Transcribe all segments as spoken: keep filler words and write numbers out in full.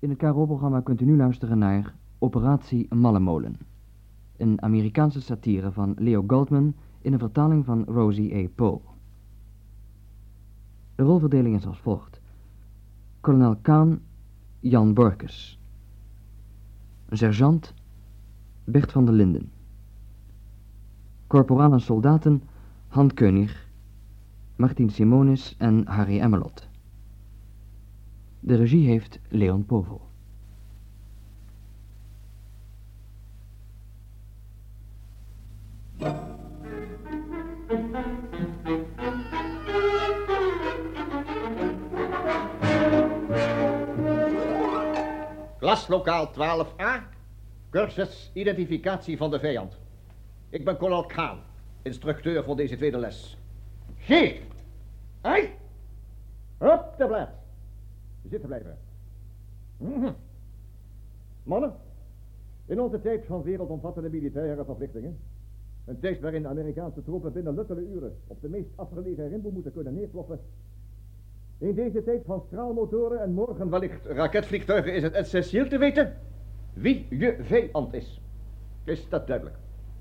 In het K R O-programma kunt u nu luisteren naar Operatie Mallemolen. Een Amerikaanse satire van Leo Goldman in een vertaling van Rosie A. Poe. De rolverdeling is als volgt. Kolonel Kaan, Jan Borkes. Sergeant, Bert van der Linden. Korporalen soldaten, Han Keunig, Martin Simonis en Harry Emmelot. De regie heeft Leon Povel. Klaslokaal twaalf A, cursus identificatie van de vijand. Ik ben kolonel Kaan, instructeur voor deze tweede les. G. Ei. Op de plaats. Zitten blijven. Mm-hmm. Mannen, in onze tijd van wereldomvattende militaire verplichtingen, een tijd waarin Amerikaanse troepen binnen luttele uren op de meest afgelegen rimboe moeten kunnen neerploffen, in deze tijd van straalmotoren en morgen wellicht raketvliegtuigen is het essentieel te weten wie je vijand is. Is dat duidelijk?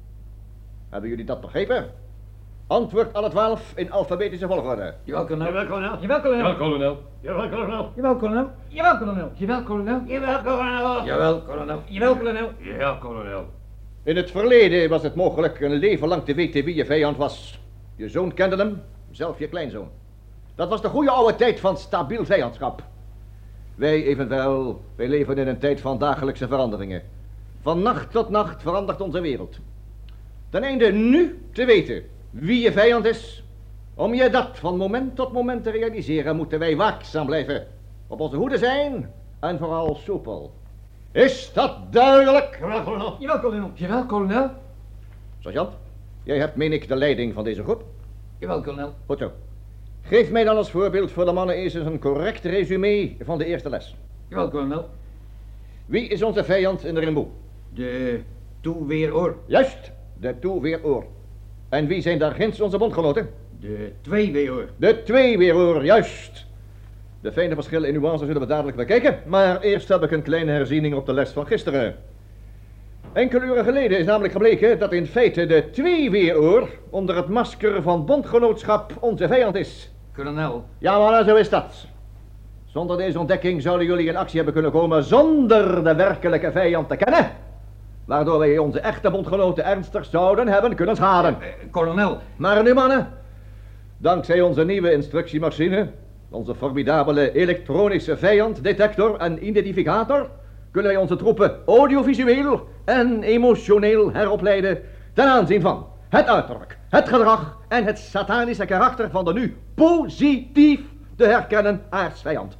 Hebben jullie dat begrepen? Antwoord alle twaalf in alfabetische volgorde. Jawel, kolonel. Jawel, kolonel. Jawel, kolonel. Jawel, kolonel. Jawel, kolonel. Jawel, kolonel. Jawel, kolonel. Jawel, kolonel. Jawel, kolonel. Jawel, kolonel. Jawel, kolonel. Ja, kolonel. In het verleden was het mogelijk een leven lang te weten wie je vijand was. Je zoon kende hem, zelf je kleinzoon. Dat was de goede oude tijd van stabiel vijandschap. Wij evenwel, wij leven in een tijd van dagelijkse veranderingen. Van nacht tot nacht verandert onze wereld. Ten einde nu te weten wie je vijand is, om je dat van moment tot moment te realiseren, moeten wij waakzaam blijven, op onze hoede zijn en vooral soepel. Is dat duidelijk? Jawel, kolonel. Jawel, kolonel. Jawel, kolonel. Sergeant, jij hebt, meen ik, de leiding van deze groep? Jawel, kolonel. Goed zo. Geef mij dan als voorbeeld voor de mannen eens een correct resume van de eerste les. Jawel, kolonel. Wie is onze vijand in de rimboe? De toeweeroor. Juist, de toeweeroor. En wie zijn daar ginds onze bondgenoten? De tweeweeroor. De tweeweeroor, juist. De fijne verschillen in nuance zullen we dadelijk bekijken, maar eerst heb ik een kleine herziening op de les van gisteren. Enkele uren geleden is namelijk gebleken dat in feite de tweeweeroor onder het masker van bondgenootschap onze vijand is. Kolonel. Ja, maar zo is dat. Zonder deze ontdekking zouden jullie in actie hebben kunnen komen zonder de werkelijke vijand te kennen, waardoor wij onze echte bondgenoten ernstig zouden hebben kunnen schaden. Eh, kolonel. Maar nu, mannen, dankzij onze nieuwe instructiemachine, onze formidabele elektronische vijanddetector en identificator, kunnen wij onze troepen audiovisueel en emotioneel heropleiden ten aanzien van het uiterlijk, het gedrag en het satanische karakter van de nu positief te herkennen aardsvijand.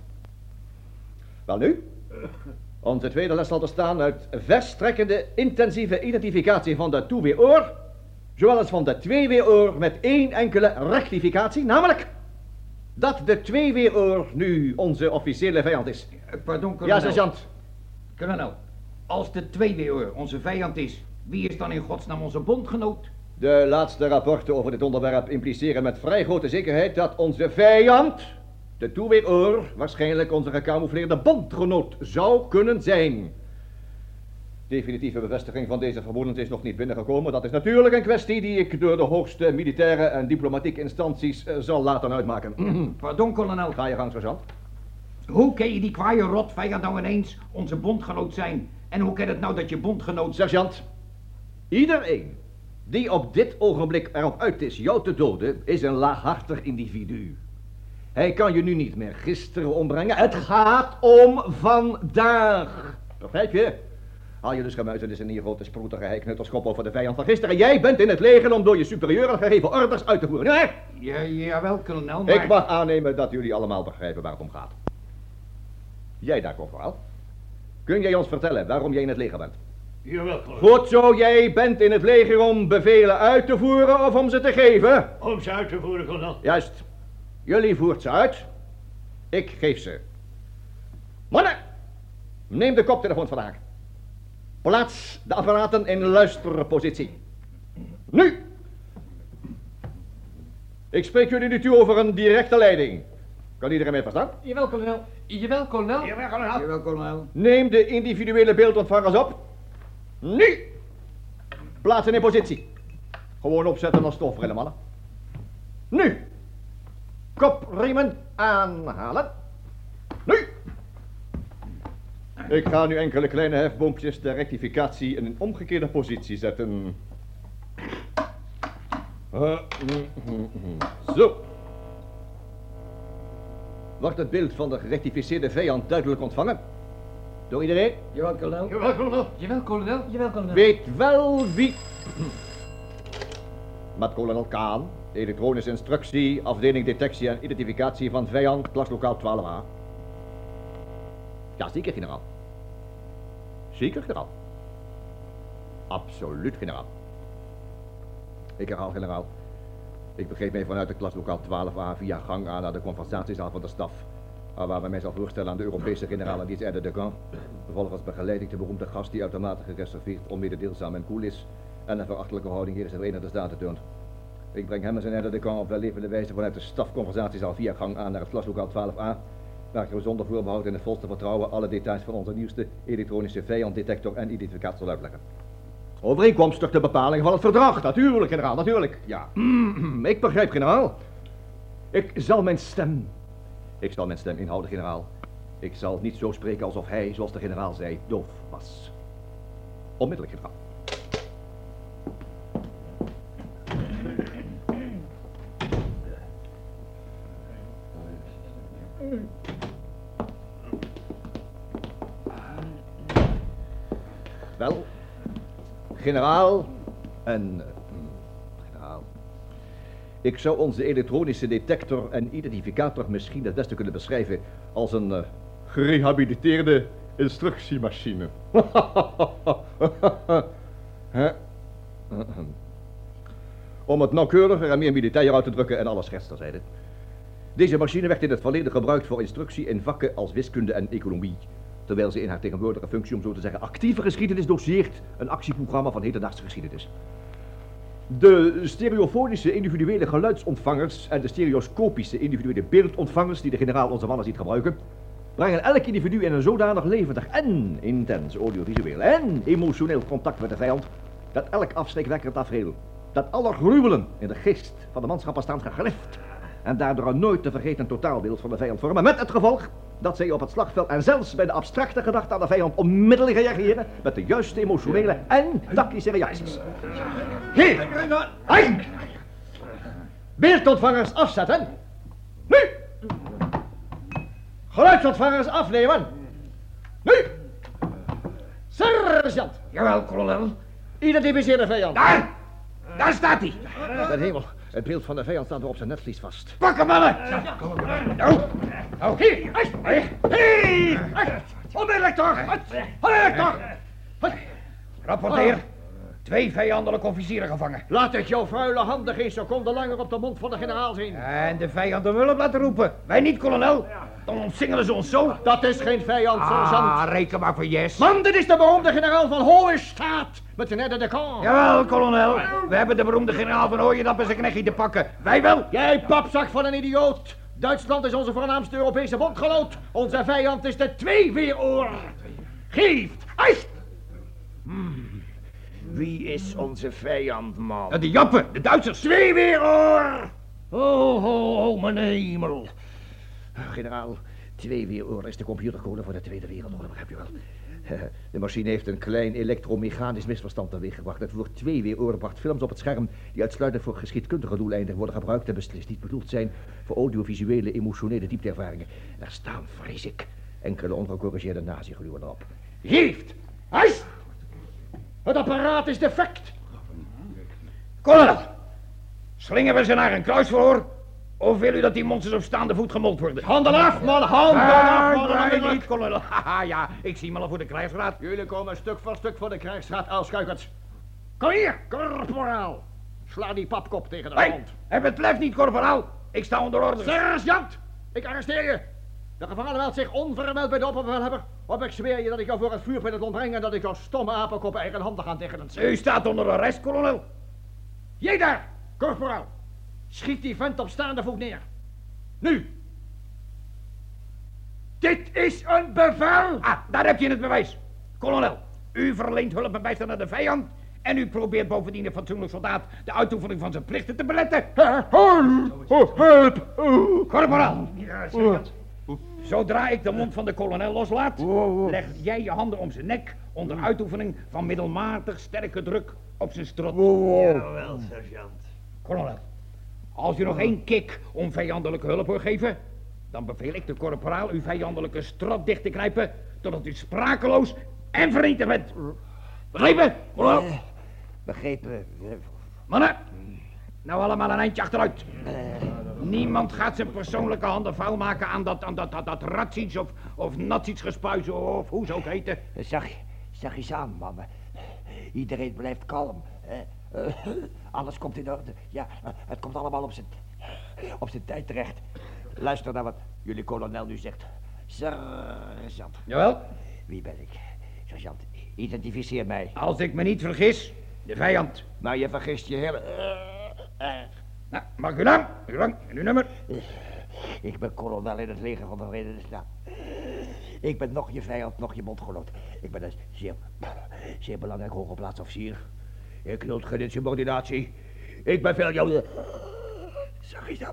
Welnu, onze tweede les zal bestaan uit verstrekkende intensieve identificatie van de toeweeroor, zowel als van de tweeweeroor met één enkele rectificatie, namelijk dat de tweeweeroor nu onze officiële vijand is. Pardon, kolonel. Ja, sergeant. Kolonel, als de tweeweeroor onze vijand is, wie is dan in godsnaam onze bondgenoot? De laatste rapporten over dit onderwerp impliceren met vrij grote zekerheid dat onze vijand, de toeweeroor, waarschijnlijk onze gecamoufleerde bondgenoot zou kunnen zijn. Definitieve bevestiging van deze vermoedens is nog niet binnengekomen. Dat is natuurlijk een kwestie die ik door de hoogste militaire en diplomatieke instanties uh, zal laten uitmaken. Pardon, kolonel. Ga je gang, sergeant. Hoe kan je die kwaaie rotvijand nou ineens onze bondgenoot zijn? En hoe kan het nou dat je bondgenoot... Sergeant, iedereen die op dit ogenblik erop uit is jou te doden, is een laaghartig individu. Hij kan je nu niet meer gisteren ombrengen. Het gaat om vandaag. Begrijp je? Haal je dus gemuizenis in die grote sproetige heiknutterskop over de vijand van gisteren. Jij bent in het leger om door je superieuren gegeven orders uit te voeren. Ja, ja, jawel, kolonel, maar... Ik mag aannemen dat jullie allemaal begrijpen waar het om gaat. Jij daar, corporaal. Kun jij ons vertellen waarom jij in het leger bent? Jawel, kolonel. Goed zo, jij bent in het leger om bevelen uit te voeren of om ze te geven? Om ze uit te voeren, kolonel. Juist. Jullie voert ze uit. Ik geef ze. Mannen, neem de koptelefoon vandaag. Plaats de apparaten in luisterpositie. Nu! Ik spreek jullie nu toe over een directe leiding. Kan iedereen mij verstaan? Jawel, kolonel. Jawel, kolonel. Jawel, kolonel. Jawel, kolonel. Neem de individuele beeldontvangers op. Nu! Plaatsen in positie. Gewoon opzetten als stofrillen, mannen. Nu! Kopriemen aanhalen. Nu! Ik ga nu enkele kleine hefboompjes ter rectificatie in een omgekeerde positie zetten. Uh, mm, mm, mm. Zo. Wordt het beeld van de gerectificeerde vijand duidelijk ontvangen? Door iedereen? Jawel, kolonel. Jawel, kolonel. Jawel, kolonel. Jawel, kolonel. Weet wel wie... Met kolonel Kaan, elektronische instructie, afdeling detectie en identificatie van vijand, klaslokaal twaalf A. Ja, zeker, generaal. Zeker, generaal. Absoluut, generaal. Ik herhaal, generaal. Ik begeef mij vanuit de klaslokaal twaalf A via gang aan naar de conversatiezaal van de staf, waar men mij zal voorstellen aan de Europese generaal en aide de camp. Vervolgens begeleid ik de beroemde gast die uitermate gereserveerd, onmededeelzaam en koel is en een verachtelijke houding hier in de Verenigde Staten toont. Ik breng hem en zijn aide de camp op wellevende wijze vanuit de stafconversatiezaal via gang aan naar het klaslokaal twaalf A, waar ik zonder voorbehoud en het volste vertrouwen alle details van onze nieuwste elektronische vijanddetector en identificator zal uitleggen. Overeenkomstig de bepalingen van het verdrag, natuurlijk, generaal, natuurlijk. Ja, ik begrijp, generaal. Ik zal mijn stem... Ik zal mijn stem inhouden, generaal. Ik zal niet zo spreken alsof hij, zoals de generaal zei, doof was. Onmiddellijk, generaal. Wel, generaal en... Uh, generaal. Ik zou onze elektronische detector en identificator misschien het beste kunnen beschrijven als een uh, gerehabiliteerde instructiemachine. Om het nauwkeuriger en meer militair uit te drukken en alle schets terzijde. Deze machine werd in het verleden gebruikt voor instructie in vakken als wiskunde en economie, terwijl ze in haar tegenwoordige functie, om zo te zeggen, actieve geschiedenis doseert, een actieprogramma van hedendaagse geschiedenis. De stereofonische individuele geluidsontvangers en de stereoscopische individuele beeldontvangers die de generaal onze mannen ziet gebruiken, brengen elk individu in een zodanig levendig en intens audiovisueel en emotioneel contact met de vijand, dat elk afschrikwekkend tafereel, dat alle gruwelen in de geest van de manschappen staan gegrift en daardoor een nooit te vergeten totaalbeeld van de vijand vormen, met het gevolg dat zij op het slagveld en zelfs bij de abstracte gedachte aan de vijand onmiddellijk reageren met de juiste emotionele en tactische reacties. Hier! Hey! Beeldontvangers afzetten! Nu! Geluidsontvangers afnemen! Nu! Sergeant! Jawel, kolonel. Identificeer de vijand. Daar! Daar staat hij. Mijn hemel, het beeld van de vijand staat er op zijn netvlies vast. Pak hem, mannen! Nou, Nou, hier! Hier! Onmiddellijk toch! Onmiddellijk toch! rapporteer. Twee vijandelijke officieren gevangen. Laat ik jouw vuile handen geen seconde langer op de mond van de generaal zien. En de vijand om hulp laten roepen. Wij niet, kolonel. Dan ontsingelen ze ons zo. Dat is geen vijand, sergeant. Ah, reken maar voor yes. Man, dit is de beroemde generaal van Hohenstaat met zijn aide de camp. Jawel, kolonel. We hebben de beroemde generaal van Hooiendap en zijn knechtje te pakken. Wij wel. Jij papzak van een idioot. Duitsland is onze voornaamste Europese bondgenoot. Onze vijand is de tweeweeroor. Geeft. Eist. Hmm. Wie is onze vijand, man? Uh, de Jappen, de Duitsers. Tweeweeroor. Oh, oh, oh, mijn hemel. Generaal, tweeweeroor is de computercode voor de Tweede Wereldoorlog, begrijp je wel. De machine heeft een klein elektromechanisch misverstand teweeggebracht. Het woord tweeweeroor bracht films op het scherm die uitsluitend voor geschiedkundige doeleinden worden gebruikt en beslist niet bedoeld zijn voor audiovisuele, emotionele diepteervaringen. Er staan, vrees ik, enkele ongecorrigeerde nazi-gruwen erop. Geeft! Eist! Het apparaat is defect! Kolonel, slingeren we ze naar een kruisverhoor? Of wil u dat die monsters op staande voet gemold worden? Handen af, man! Handen af, man! Nee, Handen niet, af. kolonel. Haha, ja, ik zie me al voor de krijgsraad. Jullie komen stuk voor stuk voor de krijgsraad, uilskuikers. Kom hier, korporaal. Sla die papkop tegen de Hey, grond. heb het lef niet, korporaal. Ik sta onder orders. Sergeant, ik arresteer je. De gevangene meldt zich onvermeld bij de opperbevelhebber. Of ik zweer je dat ik jou voor het vuurpeloton breng en dat ik jouw stomme apenkop eigenhandig aan tegen het U staat onder arrest, kolonel. Jij daar, korporaal. Schiet die vent op staande voet neer. Nu. Dit is een bevel! Ah, daar heb je het bewijs. Kolonel, u verleent hulp en bijstand aan de vijand... en u probeert bovendien een fatsoenlijk soldaat... de uitoefening van zijn plichten te beletten. Help! Korporaal! Ja, sergeant. Zodra ik de mond van de kolonel loslaat... leg jij je handen om zijn nek... onder uitoefening van middelmatig sterke druk op zijn strot. Jawel, sergeant. Kolonel, als u nog één kik om vijandelijke hulp wil geven... dan beveel ik de korporaal uw vijandelijke strot dicht te knijpen... totdat u sprakeloos en vernietigd bent. Begrepen? Kolonel? Uh, begrepen. Mannen, nou allemaal een eindje achteruit. Uh, Niemand gaat zijn persoonlijke handen vuil maken aan dat, aan dat, dat, dat ratsies of, of natsies gespuis of hoe ze ook heten. Zag, zag eens aan, mannen. Iedereen blijft kalm. Uh, uh, alles komt in orde. Ja, uh, het komt allemaal op zijn, op zijn tijd terecht. Luister naar wat jullie kolonel nu zegt. Sergeant. Jawel? Wie ben ik? Sergeant, identificeer mij. Als ik me niet vergis, de vijand. Maar je vergist je hele... Uh, uh. Nou, mag ik uw naam, uw rang en uw nummer? Uh, ik ben kolonel in het leger van de Verenigde Staten. Ik ben nog je vijand, nog je bondgenoot. Ik ben een zeer, zeer belangrijk hooggeplaatst officier. Ik nood geen insubordinatie. Ik ben veel jouw... Zag je dat?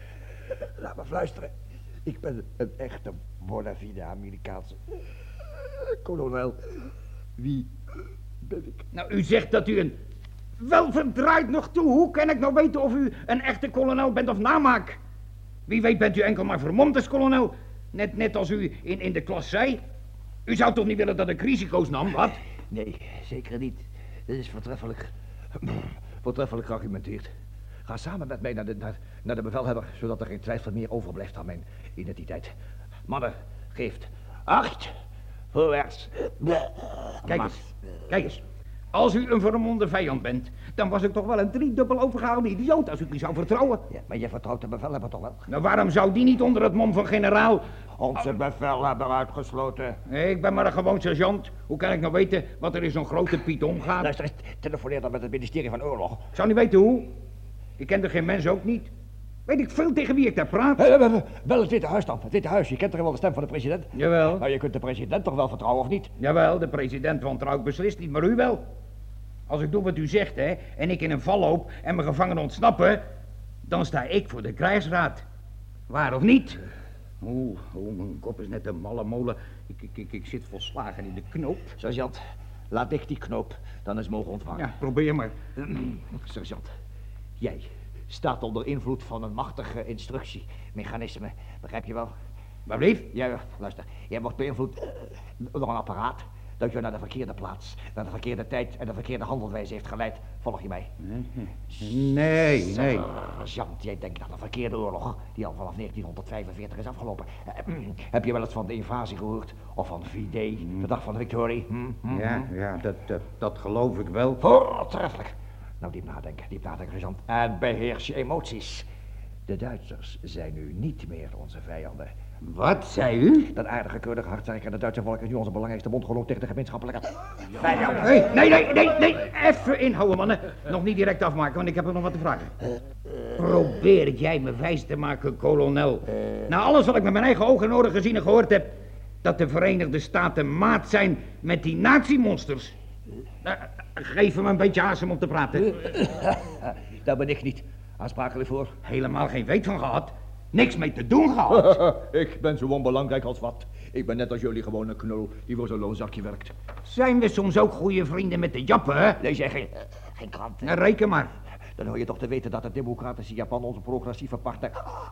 Laat me fluisteren. Ik ben een echte bona fide Amerikaanse kolonel. Wie ben ik? Nou, u zegt dat u een... Wel verdraait nog toe. Hoe kan ik nou weten of u een echte kolonel bent of namaak? Wie weet bent u enkel maar vermomd als kolonel. Net, net als u in, in de klas zei. U zou toch niet willen dat ik risico's nam, wat? Nee, zeker niet. Dit is voortreffelijk. Voortreffelijk geargumenteerd. Ga samen met mij naar de, naar, naar de bevelhebber, zodat er geen twijfel meer overblijft aan mijn identiteit. Mannen, geeft acht. Voorwaarts. Kijk eens, kijk eens. Als u een vermomde vijand bent, dan was ik toch wel een driedubbel overgehaalde idioot als ik u zou vertrouwen. Ja, maar je vertrouwt de bevelhebber toch wel? Nou, waarom zou die niet onder het mom van generaal... Onze bevelhebber uitgesloten. Nee, ik ben maar een gewoon sergeant. Hoe kan ik nou weten wat er in zo'n grote Piet omgaat? Luister eens, telefoneer dan met het ministerie van Oorlog. Ik zou niet weten hoe. Ik ken er geen mens ook niet. Weet ik veel tegen wie ik daar praat? Hey, wel het Witte Huis dan, het Witte Huis. Je kent toch wel de stem van de president? Jawel. Nou, je kunt de president toch wel vertrouwen, of niet? Jawel, de president wantrouwt beslist niet, maar u wel. Als ik doe wat u zegt, hè, en ik in een val loop en mijn gevangenen ontsnappen, dan sta ik voor de krijgsraad. Waar of niet? Oeh, oh, mijn kop is net een malle molen. Ik, ik, ik, ik zit volslagen in de knoop. Sergeant, laat dicht die knoop, dan is mogen ontvangen. Ja, probeer maar. Sergeant, jij staat onder invloed van een machtige instructiemechanisme, begrijp je wel? Waar bleef? Ja, luister, jij wordt beïnvloed uh, door een apparaat dat je naar de verkeerde plaats, naar de verkeerde tijd en de verkeerde handelwijze heeft geleid. Volg je mij? Nee, nee. nee. Sergeant, jij denkt aan de verkeerde oorlog, die al vanaf negentienhonderdvijfenveertig is afgelopen. Uh, heb je wel eens van de invasie gehoord? Of van V-Day, hmm. de dag van de victorie? Hmm? Hmm? Ja, ja, dat, dat, dat geloof ik wel. Voortreffelijk. Nou, diep nadenken, diep nadenken, sergeant. En beheers je emoties. De Duitsers zijn nu niet meer onze vijanden. Wat zei u? Dat aardige, keurige, hardsterke Duitse volk is nu onze belangrijkste bondgenoot tegen de gemeenschappelijke vijanden. Hey, nee, nee, nee, nee, even inhouden, mannen. Nog niet direct afmaken, want ik heb er nog wat te vragen. Probeer jij me wijs te maken, kolonel. Uh, Na alles wat ik met mijn eigen ogen en oren gezien en gehoord heb, dat de Verenigde Staten maat zijn met die natiemonsters. Uh, geef hem een beetje asem om te praten. Daar ben ik niet aansprakelijk voor. Helemaal geen weet van gehad. Niks mee te doen gehad. Ik ben zo onbelangrijk als wat. Ik ben net als jullie gewoon een knul die voor zo'n loonzakje werkt. Zijn we soms ook goede vrienden met de Jappen, hè? Lees jij geen, uh, geen krant? Nou, reken maar. Dan hoor je toch te weten dat het democratische Japan onze progressieve partner...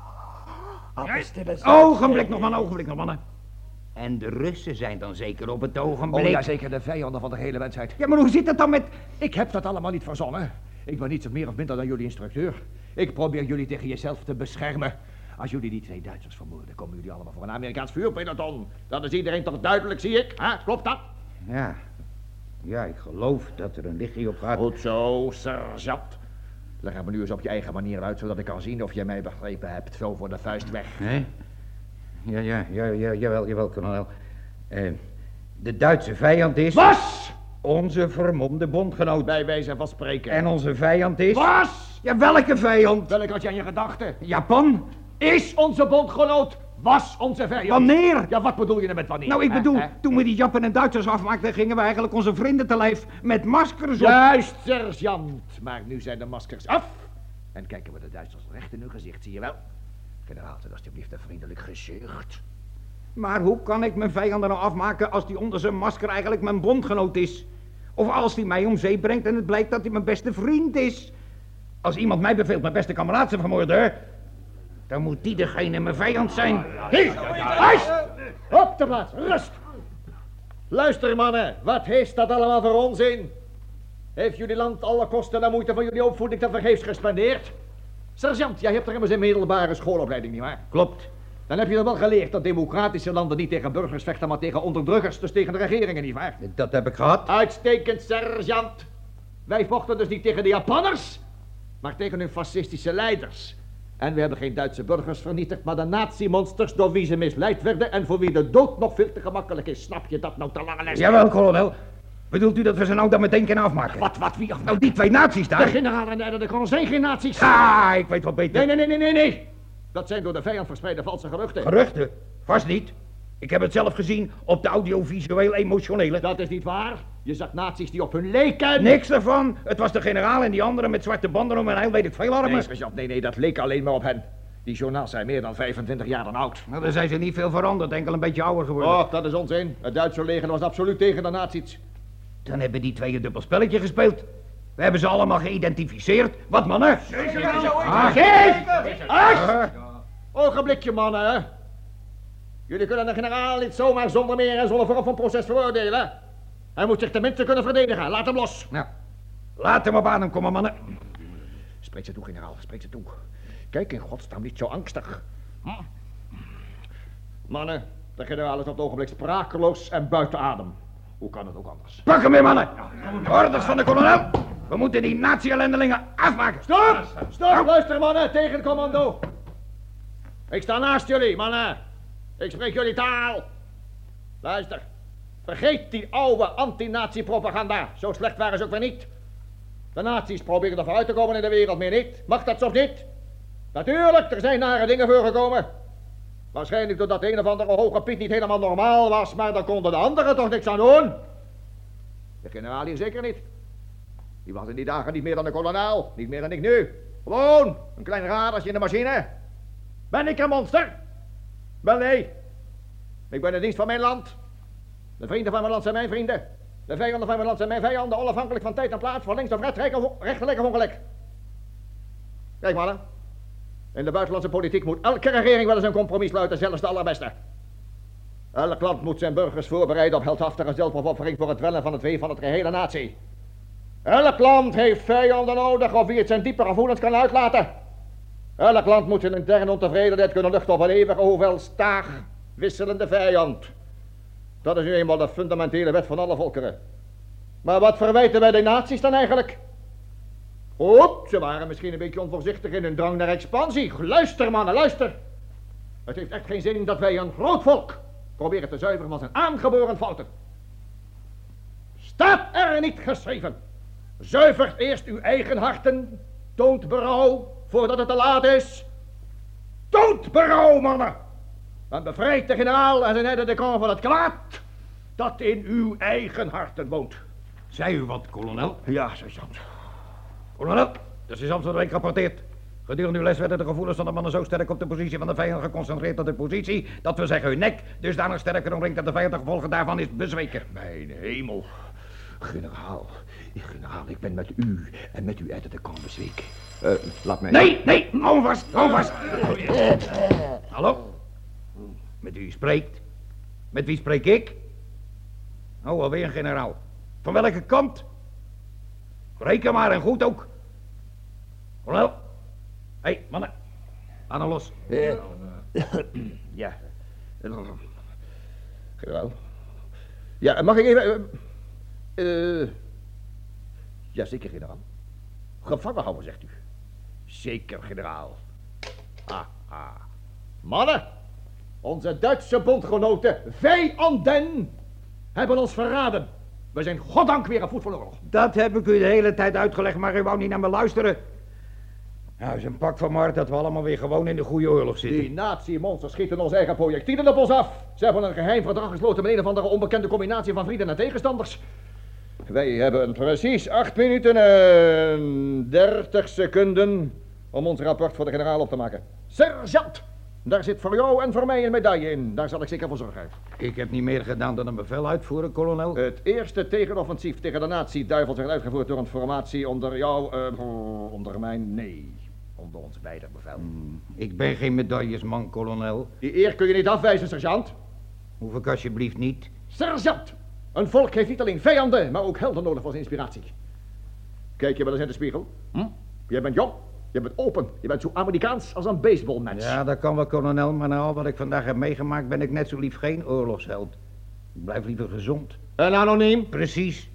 Ogenblik nog, man, ogenblik nog, mannen. En de Russen zijn dan zeker op het ogenblik... Oh ja, zeker de vijanden van de hele mensheid. Ja, maar hoe zit het dan met... Ik heb dat allemaal niet verzonnen. Ik ben niets of meer of minder dan jullie instructeur. Ik probeer jullie tegen jezelf te beschermen. Als jullie die twee Duitsers vermoorden, komen jullie allemaal voor een Amerikaans vuurpeloton. Dat is iedereen toch duidelijk, zie ik? Huh? Klopt dat? Ja. Ja, ik geloof dat er een lichtje op gaat. Goed zo, sergeant. Leg het me nu eens op je eigen manier uit, zodat ik kan zien of jij mij begrepen hebt. Zo voor de vuist weg. Nee? Ja, ja, ja, ja, jawel, jawel, kolonel. Uh, de Duitse vijand is... Was! Onze vermomde bondgenoot. Bij wijze van spreken. En onze vijand is... Was! Ja, welke vijand? Welke had je aan je gedachten? Japan? Is onze bondgenoot. was onze vijand. Wanneer? Ja, wat bedoel je nou met wanneer? Nou, ik bedoel, Hè, hè? toen we die Jappen en Duitsers afmaakten, gingen we eigenlijk onze vrienden te lijf met maskers op. Juist, sergeant. Maar nu zijn de maskers af. En kijken we de Duitsers recht in hun gezicht, zie je wel. Generaal, zet alsjeblieft een vriendelijk gezicht. Maar hoe kan ik mijn vijanden nou afmaken als die onder zijn masker eigenlijk mijn bondgenoot is? Of als hij mij om zee brengt en het blijkt dat hij mijn beste vriend is? Als iemand mij beveelt mijn beste kameraad te vermoorden, dan moet die degene mijn vijand zijn. Hier, huis! Op de plaats, rust! Luister, mannen, wat heeft dat allemaal voor onzin? Heeft jullie land alle kosten en moeite van jullie opvoeding te vergeefs gespendeerd? Sergeant, jij hebt er immers een middelbare schoolopleiding, nietwaar? Klopt. Dan heb je er wel geleerd dat democratische landen niet tegen burgers vechten, maar tegen onderdrukkers, dus tegen de regeringen, nietwaar? Dat heb ik gehad. Uitstekend, sergeant. Wij vochten dus niet tegen de Japanners, maar tegen hun fascistische leiders. En we hebben geen Duitse burgers vernietigd, maar de nazi-monsters door wie ze misleid werden en voor wie de dood nog veel te gemakkelijk is. Snap je dat nou te lange les? Jawel, kolonel. Bedoelt u dat we ze nou dan met denken afmaken? Wat, wat, wie? Nou, die twee nazi's De daar. generaal en de de zijn geen nazi's. Ah, ik weet wat beter. Nee, nee, nee, nee, nee, nee. Dat zijn door de vijand verspreide valse geruchten. Geruchten? Vast niet. Ik heb het zelf gezien op de audiovisueel emotionele. Dat is niet waar. Je zag nazi's die op hun leken. Niks ervan. Het was de generaal en die anderen met zwarte banden om en hij weet ik veel armen. Nee, sergeant, nee, nee, dat leek alleen maar op hen. Die journaals zijn meer dan vijfentwintig jaar dan oud. Nou, dan zijn ze niet veel veranderd, enkel een beetje ouder geworden. Oh, dat is onzin. Het Duitse leger was absoluut tegen de nazi's. Dan hebben die twee een dubbel spelletje gespeeld. We hebben ze allemaal geïdentificeerd. Wat, mannen? Ah, geef! Ach! Ogenblikje, mannen, hè. Jullie kunnen de generaal niet zomaar zonder meer en zonder vorm van proces veroordelen. Hij moet zich tenminste kunnen verdedigen. Laat hem los. Nou, laat hem op adem komen, mannen. Spreek ze toe, generaal. Spreek ze toe. Kijk in godsnaam niet zo angstig. Hm? Mannen, de generaal is op het ogenblik sprakeloos en buiten adem. Hoe kan het ook anders? Pak hem weer, mannen. Orders van de kolonel. We moeten die nazi-ellendelingen afmaken. Stop! Stop! Luister, mannen. Tegen commando. Ik sta naast jullie, mannen. Ik spreek jullie taal. Luister. Vergeet die oude anti-nazi-propaganda. Zo slecht waren ze ook weer niet. De nazi's proberen er vooruit te komen in de wereld, meer niet. Mag dat soms niet? Natuurlijk, er zijn nare dingen voorgekomen. Waarschijnlijk doordat een of andere hoge Piet niet helemaal normaal was, maar daar konden de anderen toch niks aan doen. De generaal hier zeker niet. Die was in die dagen niet meer dan een kolonel, niet meer dan ik nu. Gewoon, een klein radertje in de machine. Ben ik een monster? Wel nee. Ik ben in dienst van mijn land. De vrienden van mijn land zijn mijn vrienden. De vijanden van mijn land zijn mijn vijanden, onafhankelijk van tijd en plaats, van links of rechts, rechterlijk of ongelijk. Kijk mannen, in de buitenlandse politiek moet elke regering wel eens een compromis sluiten, zelfs de allerbeste. Elk land moet zijn burgers voorbereiden op heldhaftige zelfopoffering voor het wel en van het wee van het gehele natie. Elk land heeft vijanden nodig op wie het zijn diepe gevoelens kan uitlaten. Elk land moet zijn interne ontevredenheid kunnen luchten op een eeuwige hoewel staag wisselende vijand. Dat is nu eenmaal de fundamentele wet van alle volkeren. Maar wat verwijten wij de nazi's dan eigenlijk? Goed, ze waren misschien een beetje onvoorzichtig in hun drang naar expansie. Luister mannen, luister. Het heeft echt geen zin dat wij een groot volk proberen te zuiveren van zijn aangeboren fouten. Staat er niet geschreven. Zuivert eerst uw eigen harten. Toont berouw voordat het te laat is. Toont berouw, mannen. En bevrijdt de generaal en zijn aide de camp van het kwaad dat in uw eigen harten woont. Zei u wat, kolonel? Ja, sergeant. Kolonel, de sergeant van de week rapporteert. Gedurende uw les werden de gevoelens van de mannen zo sterk op de positie van de vijand geconcentreerd op de positie, dat we zeggen hun nek dusdanig sterker omringt dat de vijand de gevolgen daarvan is bezweken. Mijn hemel. Generaal, generaal, ik ben met u en met uw aide de camp bezweken. Uh, laat mij... Nee, nee, hou hem vast, hou hem vast. Hallo? Met wie u spreekt? Met wie spreek ik? Oh, alweer een generaal. Van welke kant? Reken maar en goed ook. Kolonel. Hé, hey, mannen. Laat hem los. Uh, ja. Generaal. Ja, mag ik even... Uh, uh, ja, zeker, generaal. Gevangen houden, zegt u. Zeker, generaal. Ah, ah. Mannen, onze Duitse bondgenoten, vijanden, hebben ons verraden. We zijn goddank weer aan voet van oorlog. Dat heb ik u de hele tijd uitgelegd, maar u wou niet naar me luisteren. Nou, is een pak van Mart dat we allemaal weer gewoon in de goede oorlog zitten. Die nazi-monsters schieten ons eigen projectielen op ons af. Ze hebben een geheim verdrag gesloten met een of andere onbekende combinatie van vrienden en tegenstanders. Wij hebben precies acht minuten en dertig seconden om ons rapport voor de generaal op te maken. Sergeant, daar zit voor jou en voor mij een medaille in. Daar zal ik zeker voor zorgen. Ik heb niet meer gedaan dan een bevel uitvoeren, kolonel. Het eerste tegenoffensief tegen de nazi-duivels werd uitgevoerd door een formatie onder jou, uh, onder mijn, nee, onder ons beider bevel. Hmm, ik ben geen medaillesman, kolonel. Die eer kun je niet afwijzen, sergeant. Hoef ik alsjeblieft niet. Sergeant, een volk heeft niet alleen vijanden, maar ook helden nodig voor zijn inspiratie. Kijk je wel eens in de spiegel? Hm? Je bent jong, je bent open, je bent zo Amerikaans als een baseballmatch. Ja, dat kan wel, kolonel, maar na al wat ik vandaag heb meegemaakt ben ik net zo lief geen oorlogsheld. Ik blijf liever gezond. En anoniem? Precies.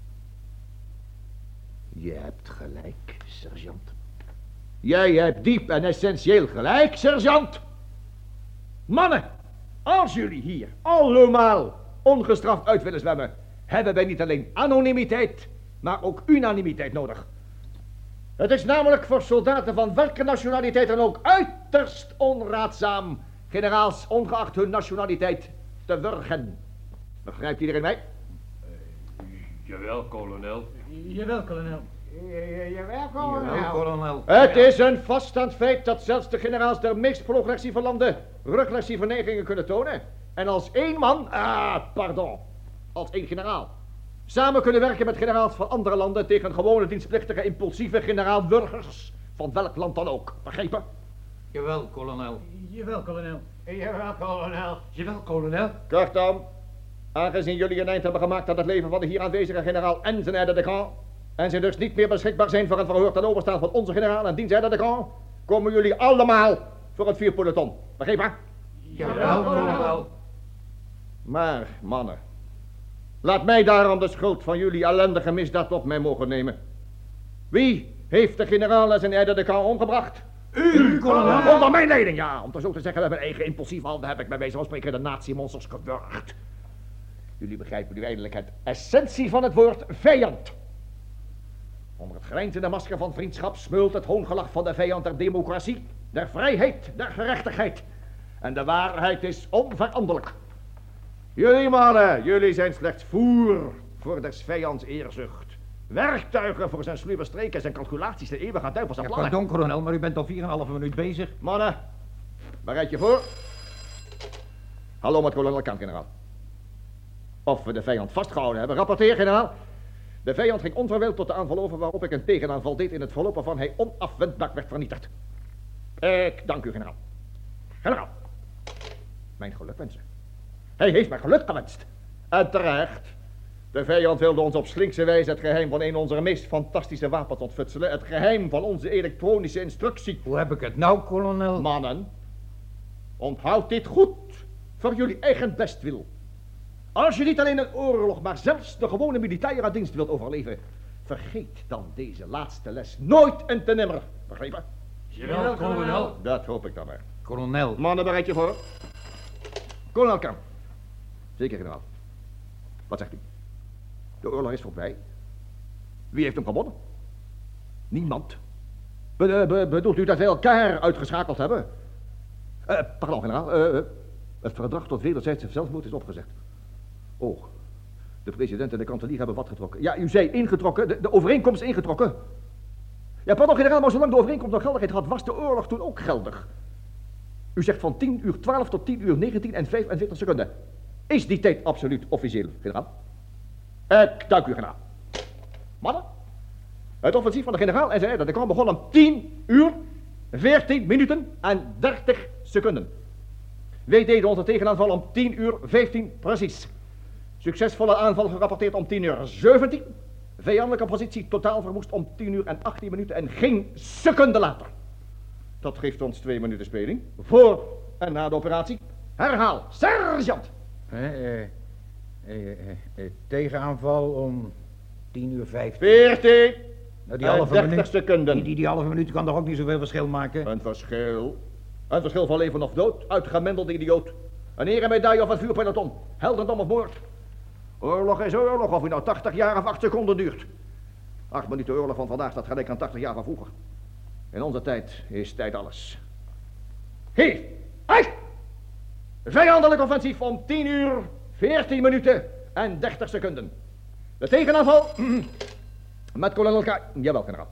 Je hebt gelijk, sergeant. Jij hebt diep en essentieel gelijk, sergeant. Mannen, als jullie hier allemaal ongestraft uit willen zwemmen, hebben wij niet alleen anonimiteit, maar ook unanimiteit nodig. Het is namelijk voor soldaten van welke nationaliteit dan ook uiterst onraadzaam generaals ongeacht hun nationaliteit te wurgen. Begrijpt iedereen mij? Uh, jawel, kolonel. Jawel, kolonel. Jawel, Jawel, kolonel. Het is een vaststaand feit dat zelfs de generaals der meest progressieve landen ruglessieve neigingen kunnen tonen. En als één man, ah, pardon, als één generaal, samen kunnen werken met generaals van andere landen tegen gewone dienstplichtige impulsieve generaal-burgers van welk land dan ook. Begrepen? Jawel, kolonel. Jawel, kolonel. Jawel, kolonel. Jawel, kolonel. Kortom, aangezien jullie een eind hebben gemaakt aan het leven van de hier aanwezige generaal en zijn aide de camp, en ze dus niet meer beschikbaar zijn voor het verhoor ten overstaan van onze generaal en diens aide de camp, komen jullie allemaal voor het vierpeloton. Begrepen? Jawel, kolonel. Maar, mannen, laat mij daarom de schuld van jullie ellendige misdaad op mij mogen nemen. Wie heeft de generaal en zijn aide de camp omgebracht? U, kolonel. Onder mijn leiding, ja. Om te zo te zeggen, met mijn eigen impulsieve handen heb ik bij wijze van spreken de nazi-monsters gewurgd. Jullie begrijpen nu eindelijk het essentie van het woord vijand. Onder het grijnzende masker van vriendschap smeult het hoongelach van de vijand der democratie, der vrijheid, der gerechtigheid. En de waarheid is onveranderlijk. Jullie mannen, jullie zijn slechts voer voor des vijands eerzucht. Werktuigen voor zijn sluwe streken, zijn calculaties, de eeuwige duivels en Ja, plannen. pardon, kolonel, maar u bent al vier en een halve minuut bezig. Mannen, bereid je voor. Hallo met kolonel Kamp, generaal. Of we de vijand vastgehouden hebben, rapporteer, generaal. De vijand ging onverwijld tot de aanval over waarop ik een tegenaanval deed in het verloop waarvan hij onafwendbaar werd vernietigd. Ik dank u, generaal. Generaal, mijn geluk wensen. Hij heeft mij geluk gewenst. En terecht. De vijand wilde ons op slinkse wijze het geheim van een onze meest fantastische wapens ontfutselen. Het geheim van onze elektronische instructie. Hoe heb ik het nou, kolonel? Mannen, onthoud dit goed voor jullie eigen bestwil. Als je niet alleen een oorlog, maar zelfs de gewone militaire dienst wilt overleven, vergeet dan deze laatste les nooit en te nimmer. Begrepen? Jawel, kolonel. Dat hoop ik dan maar. Kolonel. Mannen, bereid je voor. Kolonel Kamp. Zeker, generaal. Wat zegt u? De oorlog is voorbij. Wie heeft hem gewonnen? Niemand. Be be bedoelt u dat wij elkaar uitgeschakeld hebben? Uh, pardon, generaal. Uh, uh, het verdrag tot wederzijdse zelfmoord is opgezegd. Oh, de president en de kanselier hebben wat getrokken. Ja, u zei ingetrokken, de, de overeenkomst ingetrokken. Ja, pardon, generaal, maar zolang de overeenkomst nog geldigheid had, was de oorlog toen ook geldig. U zegt van tien uur twaalf tot tien uur negentien en vijfenveertig seconden. Is die tijd absoluut officieel, generaal? Ik dank u, generaal. Mannen, het offensief van de generaal en zijn dat de kamp begon om tien uur, veertien minuten en dertig seconden. Wij deden onze tegenaanval om tien uur vijftien precies. Succesvolle aanval gerapporteerd om tien uur zeventien. Vijandelijke positie totaal verwoest om tien uur en achttien minuten en geen seconde later. Dat geeft ons twee minuten speling. Voor en na de operatie. Herhaal, sergeant! Eh, eh, eh, eh, eh, tegenaanval om tien uur vijftien. veertien Nou, die en halve dertig minuut, seconden. Die, die, die halve minuut kan toch ook niet zoveel verschil maken? Een verschil. Een verschil van leven of dood. Uitgemendelde idioot. Een eremedaille of een vuurpeloton. Heldendom of moord. Oorlog is oorlog, of u nou tachtig jaar of acht seconden duurt. Acht minuten oorlog van vandaag staat gelijk aan tachtig jaar van vroeger. In onze tijd is tijd alles. Hier! Uit! Vijandelijk offensief om tien uur, veertien minuten en dertig seconden. De tegenaanval met kolonel K. Jawel, generaal.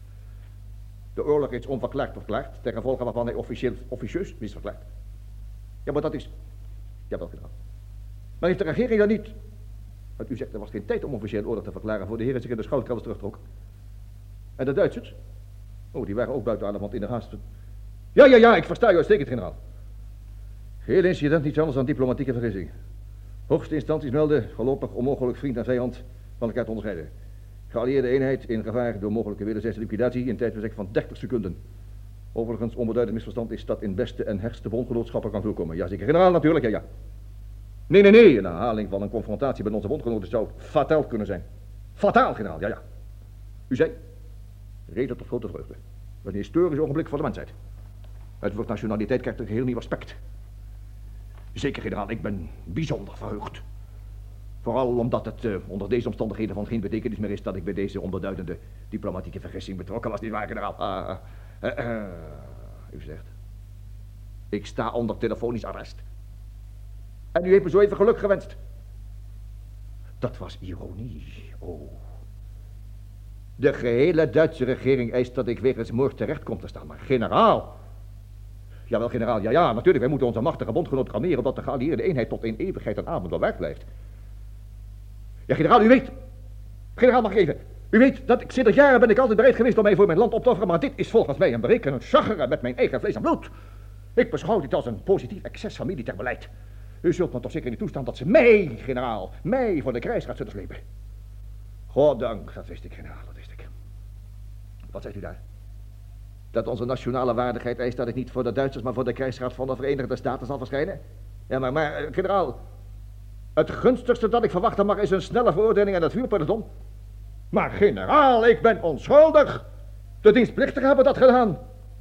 De oorlog is onverklaard verklaard, ten gevolge waarvan hij officieel, officieus is verklaard. Ja, maar dat is... Jawel, generaal. Maar heeft de regering dan niet... Want u zegt, er was geen tijd om officieel oorlog te verklaren voor de heren zich in de schuilkelders terugtrok. En de Duitsers? Oh, die waren ook buiten adem, want in de haast... Ja, ja, ja, ik versta u uitstekend, generaal. Geheel incident niets anders dan diplomatieke vergissing. Hoogste instanties melden voorlopig onmogelijk vriend en vijand van elkaar te onderscheiden. Geallieerde eenheid in gevaar door mogelijke wederzijdse liquidatie in tijdsbestek van dertig seconden. Overigens, onbeduidend misverstand is dat in beste en herste bondgenootschappen kan voorkomen. Ja, zeker, generaal, natuurlijk, ja, ja. Nee, nee, nee, een herhaling van een confrontatie met onze bondgenoten zou fataal kunnen zijn. Fataal, generaal, ja, ja. U zei, reden tot grote vreugde. Een historisch ogenblik voor de mensheid. Het woord nationaliteit krijgt een geheel nieuw aspect. Zeker, generaal, ik ben bijzonder verheugd. Vooral omdat het uh, onder deze omstandigheden van geen betekenis meer is dat ik bij deze onbeduidende diplomatieke vergissing betrokken was, nietwaar, generaal? Uh, uh, uh, uh, u zegt, ik sta onder telefonisch arrest. En u heeft me zo even geluk gewenst. Dat was ironie, oh. De gehele Duitse regering eist dat ik wegens moord terecht kom te staan, maar generaal... Jawel, generaal, ja, ja, natuurlijk, wij moeten onze machtige bondgenoot kalmeren, opdat de geallieerde eenheid tot in eeuwigheid en adem bewaard blijft. Ja, generaal, u weet... Generaal, mag ik even... U weet dat ik sinds jaren ben ik altijd bereid geweest om mij voor mijn land op te offeren, maar dit is volgens mij een berekenend chageren met mijn eigen vlees en bloed. Ik beschouw dit als een positief excess van militair beleid. U zult me toch zeker niet toestaan dat ze mij, generaal, mij voor de krijgsraad zullen slepen. Goddank, dat wist ik, generaal, dat wist ik. Wat zegt u daar? Dat onze nationale waardigheid eist dat ik niet voor de Duitsers, maar voor de krijgsraad van de Verenigde Staten zal verschijnen? Ja, maar, maar, generaal, het gunstigste dat ik verwachten mag is een snelle veroordeling aan het vuurpeloton. Maar generaal, ik ben onschuldig. De dienstplichtigen hebben dat gedaan.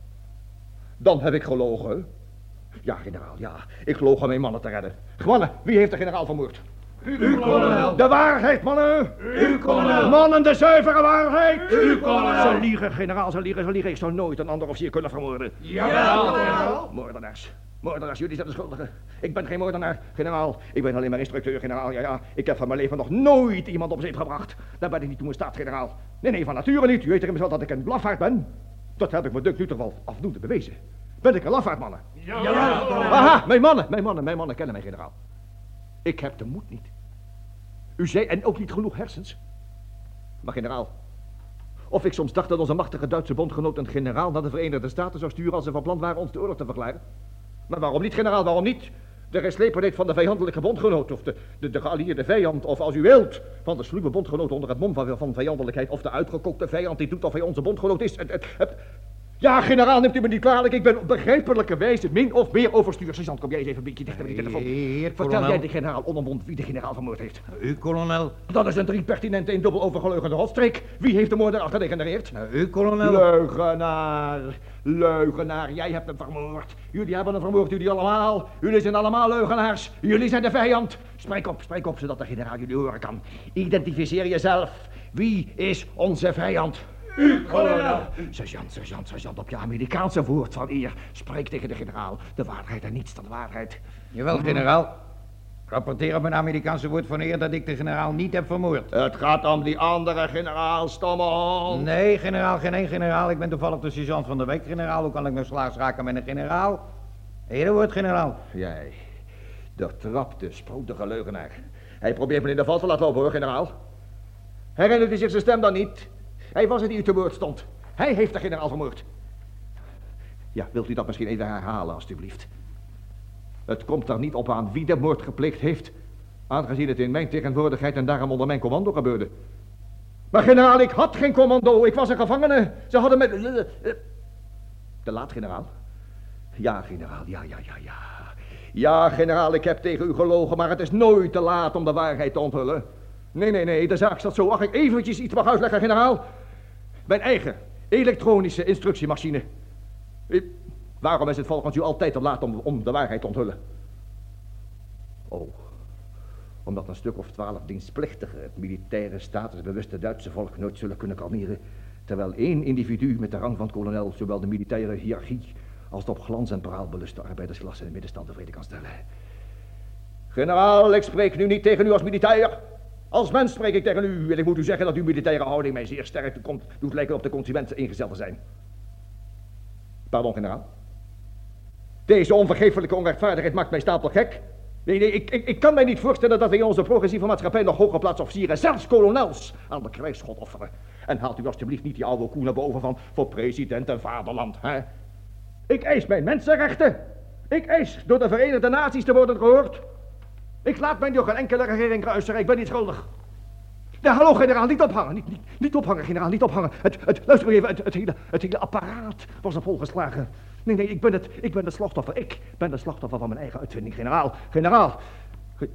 Dan heb ik gelogen. Ja, generaal, ja. Ik loog om mijn mannen te redden. Mannen, wie heeft de generaal vermoord? U, kolonel. De waarheid, mannen. U, kolonel. Mannen, de zuivere waarheid. U, kolonel. Ze liegen, generaal, ze liegen, ze liegen. Ik zou nooit een ander officier kunnen vermoorden. Jawel, kolonel. Moordenaars. Moordenaars, jullie zijn de schuldigen. Ik ben geen moordenaar, generaal. Ik ben alleen maar instructeur, generaal. Ja, ja. Ik heb van mijn leven nog nooit iemand op zeep gebracht. Daar ben ik niet toe in staat, generaal. Nee, nee, van nature niet. U weet immers wel dat ik een lafaard ben. Dat heb ik me dunkt nu toch wel afdoende bewezen. Ben ik een lafaard, mannen? Jawel, kolonel. Aha, mijn mannen, mijn mannen, mijn mannen kennen mij, generaal. Ik heb de moed niet. U zei, en ook niet genoeg hersens. Maar generaal, of ik soms dacht dat onze machtige Duitse bondgenoot een generaal naar de Verenigde Staten zou sturen als ze van plan waren ons de oorlog te verklaren. Maar waarom niet, generaal, waarom niet? De geslepenheid van de vijandelijke bondgenoot, of de, de, de geallieerde vijand, of als u wilt, van de sluwe bondgenoot onder het mom van, van vijandelijkheid, of de uitgekookte vijand die doet of hij onze bondgenoot is. Het, het, het, Ja, generaal, neemt u me niet kwalijk. Ik ben op begrijpelijke wijze min of meer overstuur. Sergeant, kom jij eens even een beetje dichter bij die telefoon. Heer, Vertel kolonel. jij de generaal onomwond wie de generaal vermoord heeft. U, kolonel. Dat is een drie pertinente en dubbel overgeleugende rotstreek. Wie heeft de moordenaar gedegenereerd? U, kolonel. Leugenaar, leugenaar, jij hebt hem vermoord. Jullie hebben hem vermoord, jullie allemaal. Jullie zijn allemaal leugenaars. Jullie zijn de vijand. Spreek op, spreek op, zodat de generaal jullie horen kan. Identificeer jezelf. Wie is onze vijand? U, kolonel. Sergeant, sergeant, sergeant, op je Amerikaanse woord van eer. Spreek tegen de generaal. De waarheid en niets dan de waarheid. Jawel, generaal. Rapporteer op mijn Amerikaanse woord van eer dat ik de generaal niet heb vermoord. Het gaat om die andere generaal, stomme hond. Nee, generaal, geen één generaal. Ik ben toevallig de sergeant van de week, generaal. Hoe kan ik nou slaags raken met een generaal? Hele woord, generaal. Jij, de trapte, sproetige leugenaar. Hij probeert me in de val te laten lopen, hoor, generaal. Herinnert u zich zijn stem dan niet? Hij was het die u te woord stond. Hij heeft de generaal vermoord. Ja, wilt u dat misschien even herhalen, alstublieft? Het komt er niet op aan wie de moord gepleegd heeft, aangezien het in mijn tegenwoordigheid en daarom onder mijn commando gebeurde. Maar generaal, ik had geen commando, ik was een gevangene. Ze hadden me... Te laat, generaal? Ja, generaal, ja, ja, ja, ja. Ja, generaal, ik heb tegen u gelogen, maar het is nooit te laat om de waarheid te onthullen. Nee, nee, nee, de zaak staat zo. Mag ik eventjes iets mag uitleggen, generaal? Mijn eigen elektronische instructiemachine. Waarom is het volgens u altijd te laat om, om de waarheid te onthullen? Oh, omdat een stuk of twaalf dienstplichtigen het militaire statusbewuste Duitse volk nooit zullen kunnen kalmeren terwijl één individu met de rang van kolonel zowel de militaire hiërarchie als de op glans en praal beluste arbeidersklasse en de middenstand tevreden kan stellen. Generaal, ik spreek nu niet tegen u als militair. Als mens spreek ik tegen u en ik moet u zeggen dat uw militaire houding mij zeer sterk doet lijken op de consequent ingesteld te zijn. Pardon, generaal. Deze onvergeeflijke onrechtvaardigheid maakt mij stapel gek. Nee, nee, ik, ik, ik kan mij niet voorstellen dat we in onze progressieve maatschappij nog hoge plaatsofficieren, zelfs kolonels, aan de krijgsschot offeren. En haalt u alstublieft niet die oude koe naar boven van voor president en vaderland, hè? Ik eis mijn mensenrechten. Ik eis door de Verenigde Naties te worden gehoord. Ik laat mij door geen enkele regering kruiseren, ik ben niet schuldig. Ja, hallo generaal, niet ophangen, niet, niet, niet ophangen generaal, niet ophangen. Het, het, luister even, het, het, hele, het hele apparaat was er volgeslagen. Nee, nee, ik ben het, ik ben de slachtoffer, ik ben de slachtoffer van mijn eigen uitvinding, generaal, generaal. Ge...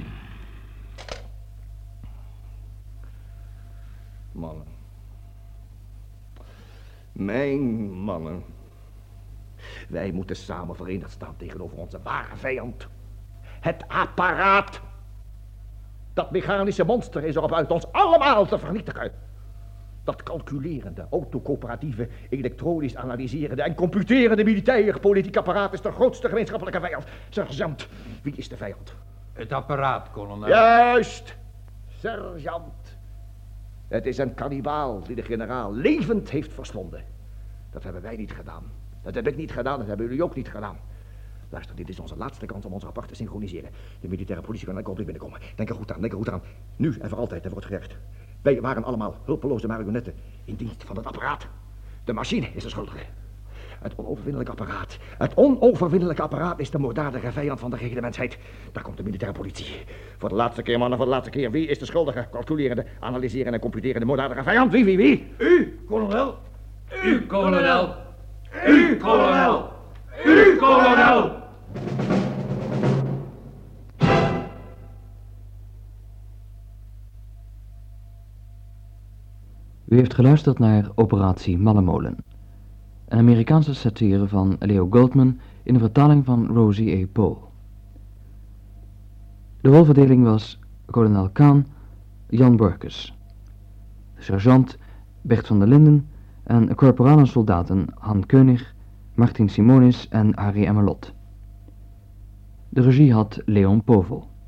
Mannen. Mijn mannen. Wij moeten samen verenigd staan tegenover onze ware vijand. Het apparaat. Dat mechanische monster is erop uit ons allemaal te vernietigen. Dat calculerende, autocoöperatieve, elektronisch analyserende en computerende militair politiek apparaat is de grootste gemeenschappelijke vijand. Sergeant, wie is de vijand? Het apparaat, kolonel. Juist, sergeant. Het is een kannibaal die de generaal levend heeft verslonden. Dat hebben wij niet gedaan. Dat heb ik niet gedaan, dat hebben jullie ook niet gedaan. Luister, dit is onze laatste kans om ons rapport te synchroniseren. De militaire politie kan elk ogenblik binnenkomen. Denk er goed aan, denk er goed aan. Nu en voor altijd, er wordt gerecht. Wij waren allemaal hulpeloze marionetten in dienst van het apparaat. De machine is de schuldige. Het onoverwinnelijke apparaat. Het onoverwinnelijke apparaat is de moorddadige vijand van de gehele mensheid. Daar komt de militaire politie. Voor de laatste keer, mannen, voor de laatste keer. Wie is de schuldige, calculerende, analyserende en computerende moorddadige vijand? Wie, wie, wie? U, kolonel. U, kolonel. U, kolonel. U, kolonel. U heeft geluisterd naar Operatie Mallemolen, een Amerikaanse satire van Leo Goldman in de vertaling van Rosie A. Poe. De rolverdeling was kolonel Kaan, Jan Borkes, sergeant Bert van der Linden en korporalen soldaten Han Keunig, Martin Simonis en Harry Emmelot. De regie had Leon Povel.